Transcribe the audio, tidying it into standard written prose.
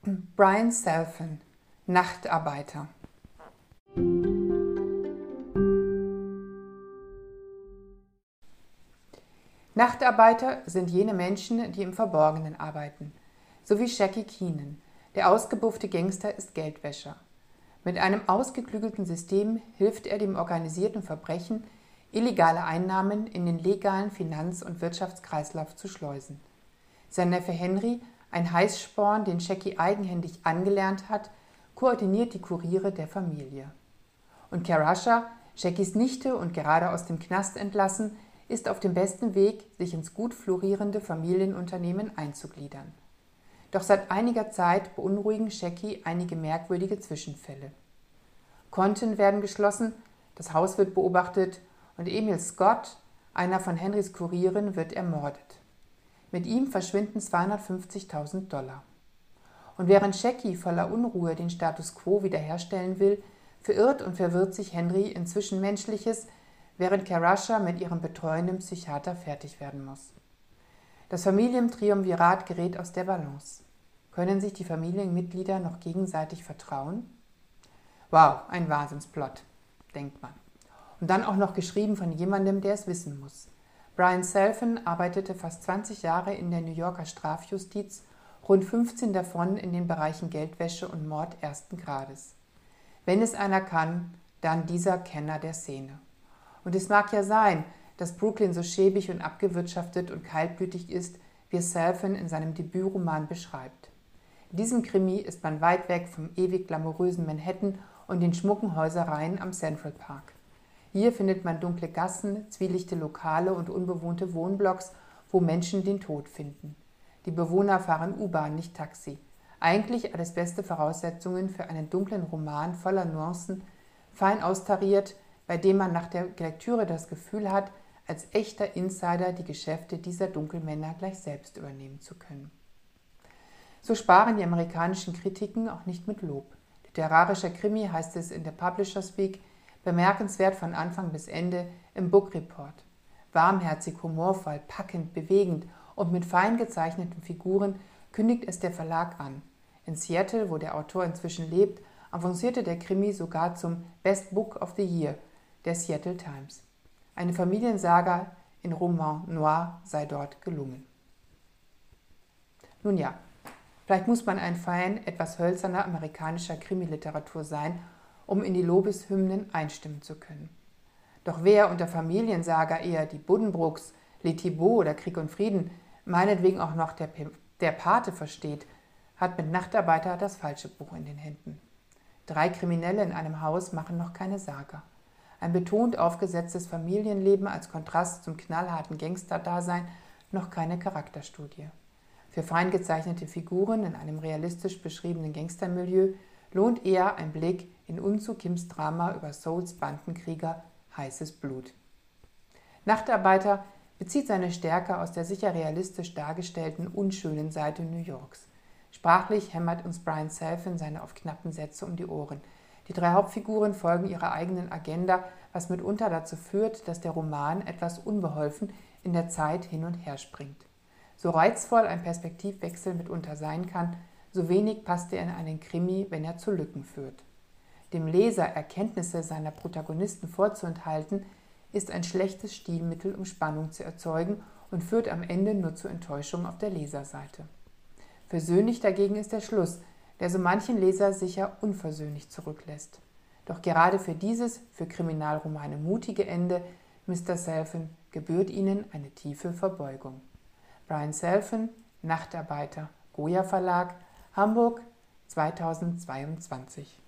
Brian Selfen, Nachtarbeiter. Nachtarbeiter sind jene Menschen, die im Verborgenen arbeiten, so wie Jackie Keenan. Der ausgebuffte Gangster ist Geldwäscher. Mit einem ausgeklügelten System hilft er dem organisierten Verbrechen, illegale Einnahmen in den legalen Finanz- und Wirtschaftskreislauf zu schleusen. Sein Neffe Henry, ein Heißsporn, den Jackie eigenhändig angelernt hat, koordiniert die Kuriere der Familie. Und Karasha, Jackies Nichte und gerade aus dem Knast entlassen, ist auf dem besten Weg, sich ins gut florierende Familienunternehmen einzugliedern. Doch seit einiger Zeit beunruhigen Jackie einige merkwürdige Zwischenfälle. Konten werden geschlossen, das Haus wird beobachtet und Emil Scott, einer von Henrys Kurieren, wird ermordet. Mit ihm verschwinden $250.000. Und während Jackie voller Unruhe den Status quo wiederherstellen will, verirrt und verwirrt sich Henry in Zwischenmenschliches, während Karasha mit ihrem betreuenden Psychiater fertig werden muss. Das Familientriumvirat gerät aus der Balance. Können sich die Familienmitglieder noch gegenseitig vertrauen? Wow, ein Wahnsinnsplot, denkt man. Und dann auch noch geschrieben von jemandem, der es wissen muss. Brian Selfen arbeitete fast 20 Jahre in der New Yorker Strafjustiz, rund 15 davon in den Bereichen Geldwäsche und Mord ersten Grades. Wenn es einer kann, dann dieser Kenner der Szene. Und es mag ja sein, dass Brooklyn so schäbig und abgewirtschaftet und kaltblütig ist, wie es Selfen in seinem Debütroman beschreibt. In diesem Krimi ist man weit weg vom ewig glamourösen Manhattan und den schmucken Häusereien am Central Park. Hier findet man dunkle Gassen, zwielichte Lokale und unbewohnte Wohnblocks, wo Menschen den Tod finden. Die Bewohner fahren U-Bahn, nicht Taxi. Eigentlich alles beste Voraussetzungen für einen dunklen Roman voller Nuancen, fein austariert, bei dem man nach der Lektüre das Gefühl hat, als echter Insider die Geschäfte dieser Dunkelmänner gleich selbst übernehmen zu können. So sparen die amerikanischen Kritiken auch nicht mit Lob. Literarischer Krimi heißt es in der Publishers Week, bemerkenswert von Anfang bis Ende im Book Report. Warmherzig, humorvoll, packend, bewegend und mit fein gezeichneten Figuren kündigt es der Verlag an. In Seattle, wo der Autor inzwischen lebt, avancierte der Krimi sogar zum Best Book of the Year der Seattle Times. Eine Familiensaga in Roman Noir sei dort gelungen. Nun ja, vielleicht muss man ein Fan etwas hölzerner amerikanischer Krimiliteratur sein, um in die Lobeshymnen einstimmen zu können. Doch wer unter Familiensaga eher die Buddenbrooks, Les Thibault oder Krieg und Frieden, meinetwegen auch noch der Pate versteht, hat mit Nachtarbeiter das falsche Buch in den Händen. 3 Kriminelle in einem Haus machen noch keine Saga. Ein betont aufgesetztes Familienleben als Kontrast zum knallharten Gangsterdasein noch keine Charakterstudie. Für fein gezeichnete Figuren in einem realistisch beschriebenen Gangstermilieu lohnt eher ein Blick in Unzu Kims Drama über Souls Bandenkrieger Heißes Blut. Nachtarbeiter bezieht seine Stärke aus der sicher realistisch dargestellten unschönen Seite New Yorks. Sprachlich hämmert uns Brian Selfen seine oft knappen Sätze um die Ohren. Die 3 Hauptfiguren folgen ihrer eigenen Agenda, was mitunter dazu führt, dass der Roman etwas unbeholfen in der Zeit hin und her springt. So reizvoll ein Perspektivwechsel mitunter sein kann, so wenig passt er in einen Krimi, wenn er zu Lücken führt. Dem Leser Erkenntnisse seiner Protagonisten vorzuenthalten, ist ein schlechtes Stilmittel, um Spannung zu erzeugen und führt am Ende nur zu Enttäuschung auf der Leserseite. Versöhnlich dagegen ist der Schluss, der so manchen Leser sicher unversöhnlich zurücklässt. Doch gerade für dieses, für Kriminalromane mutige Ende, Mr. Selfen, gebührt Ihnen eine tiefe Verbeugung. Brian Selfen, Nachtarbeiter, Goya Verlag, Hamburg, 2022.